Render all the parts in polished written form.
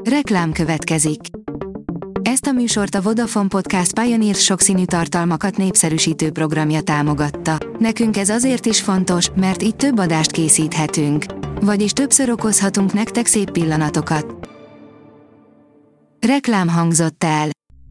Reklám következik. Ezt a műsort a Vodafone Podcast Pioneer sokszínű tartalmakat népszerűsítő programja támogatta. Nekünk ez azért is fontos, mert így több adást készíthetünk. Vagyis többször okozhatunk nektek szép pillanatokat. Reklám hangzott el.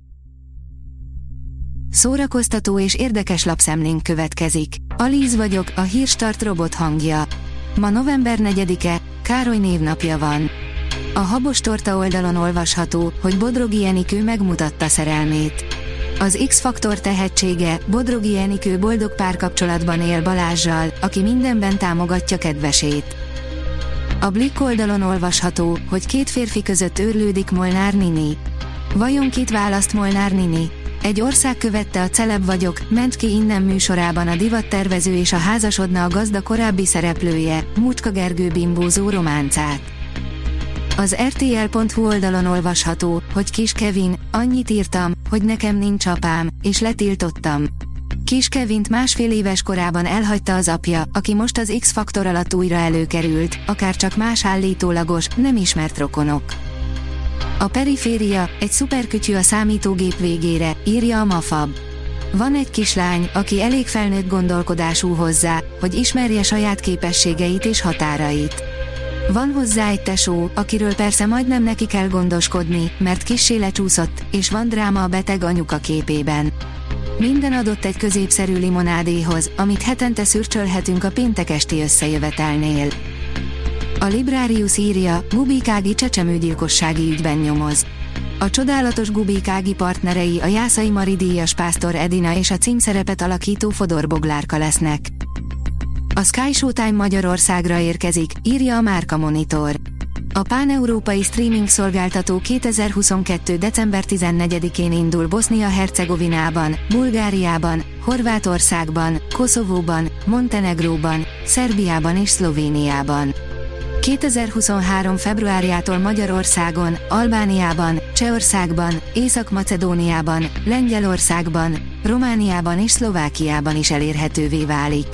Szórakoztató és érdekes lapszemlénk következik. Alíz vagyok, a Hírstart robot hangja. Ma november 4-e, Károly névnapja van. A Habos Torta oldalon olvasható, hogy Bodrogi Enikő megmutatta szerelmét. Az X-faktor tehetsége, Bodrogi Enikő boldog párkapcsolatban él Balázssal, aki mindenben támogatja kedvesét. A Blick oldalon olvasható, hogy két férfi között őrlődik Molnár Nini. Vajon kit választ Molnár Nini? Egy ország követte a Celeb vagyok, ment ki innen műsorában a divattervező és a házasodna a gazda korábbi szereplője, Múcska Gergő bimbózó románcát. Az RTL.hu oldalon olvasható, hogy Kis Kevin, annyit írtam, hogy nekem nincs apám, és letiltottam. Kis Kevint másfél éves korában elhagyta az apja, aki most az X-faktor alatt újra előkerült, akárcsak más állítólagos, nem ismert rokonok. A periféria, egy szuperkütyű a számítógép végére, írja a Mafab. Van egy kislány, aki elég felnőtt gondolkodású hozzá, hogy ismerje saját képességeit és határait. Van hozzá egy tesó, akiről persze majdnem neki kell gondoskodni, mert kissé lecsúszott, és van dráma a beteg anyuka képében. Minden adott egy középszerű limonádéhoz, amit hetente szürcsölhetünk a péntek esti összejövetelnél. A Librarius írja, Gubik Ági csecsemőgyilkossági ügyben nyomoz. A csodálatos Gubik Ági partnerei a Jászai Mari díjas Pásztor Edina és a címszerepet alakító Fodor Boglárka lesznek. A Sky Showtime Magyarországra érkezik, írja a Márka Monitor. A páneurópai streaming szolgáltató 2022. december 14-én indul Bosznia-Hercegovinában, Bulgáriában, Horvátországban, Koszovóban, Montenegróban, Szerbiában és Szlovéniában. 2023. februárjától Magyarországon, Albániában, Csehországban, Észak-Macedóniában, Lengyelországban, Romániában és Szlovákiában is elérhetővé válik.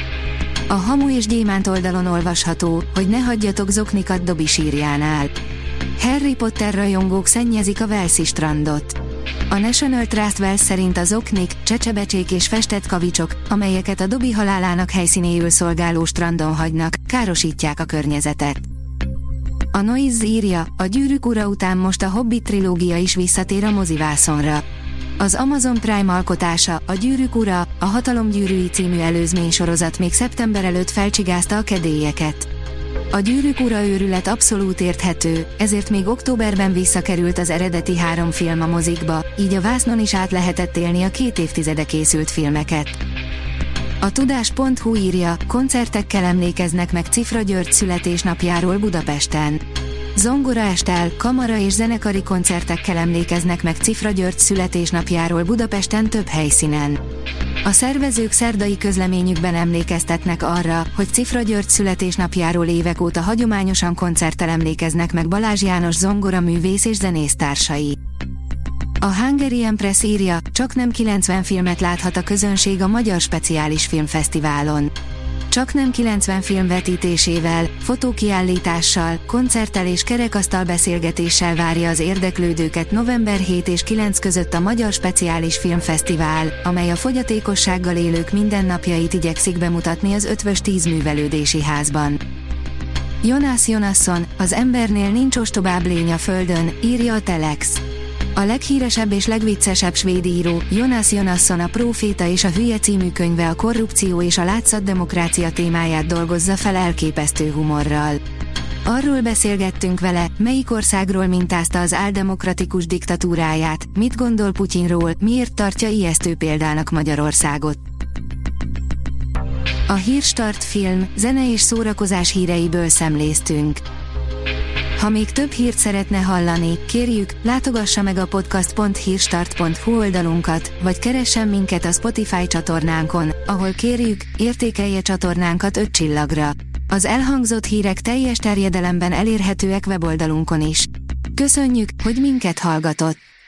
A Hamu és Gyémánt oldalon olvasható, hogy ne hagyjatok zoknikat Dobby sírjánál. Harry Potter rajongók szennyezik a walesi strandot. A National Trust Wales szerint a zoknik, csecsebecsék és festett kavicsok, amelyeket a Dobby halálának helyszínéül szolgáló strandon hagynak, károsítják a környezetet. A Noise írja, a Gyűrűk ura után most a Hobbit trilógia is visszatér a mozivászonra. Az Amazon Prime alkotása, a Gyűrűk ura, a Hatalom gyűrűi című előzménysorozat még szeptember előtt felcsigázta a kedélyeket. A Gyűrűk ura őrület abszolút érthető, ezért még októberben visszakerült az eredeti 3 film a mozikba, így a vásznon is át lehetett élni a 2 évtizede készült filmeket. A Tudás.hu írja, koncertekkel emlékeznek meg Cifra György születésnapjáról Budapesten. Zongoraestel, kamara és zenekari koncertekkel emlékeznek meg Cifra György születésnapjáról Budapesten több helyszínen. A szervezők szerdai közleményükben emlékeztetnek arra, hogy Cifra György születésnapjáról évek óta hagyományosan koncerttel emlékeznek meg Balázs János zongoraművész és zenésztársai. A Hungarian Press írja, csaknem 90 filmet láthat a közönség a Magyar Speciális Filmfesztiválon. Csaknem 90 film vetítésével, fotókiállítással, koncerttel és kerekasztal beszélgetéssel várja az érdeklődőket november 7 és 9 között a Magyar Speciális Filmfesztivál, amely a fogyatékossággal élők mindennapjait igyekszik bemutatni az Ötvös 10 művelődési házban. Jonas Jonasson, az embernél nincs ostobább lény a földön, írja a Telex. A leghíresebb és legviccesebb svéd író, Jonas Jonasson a Próféta és a Hülye című könyve a korrupció és a látszatdemokrácia témáját dolgozza fel elképesztő humorral. Arról beszélgettünk vele, melyik országról mintázta az áldemokratikus diktatúráját, mit gondol Putyinról, miért tartja ijesztő példának Magyarországot. A Hírstart film, zene és szórakozás híreiből szemléztünk. Ha még több hírt szeretne hallani, kérjük, látogassa meg a podcast.hírstart.hu oldalunkat, vagy keressen minket a Spotify csatornánkon, ahol kérjük, értékelje csatornánkat 5 csillagra. Az elhangzott hírek teljes terjedelemben elérhetőek weboldalunkon is. Köszönjük, hogy minket hallgatott!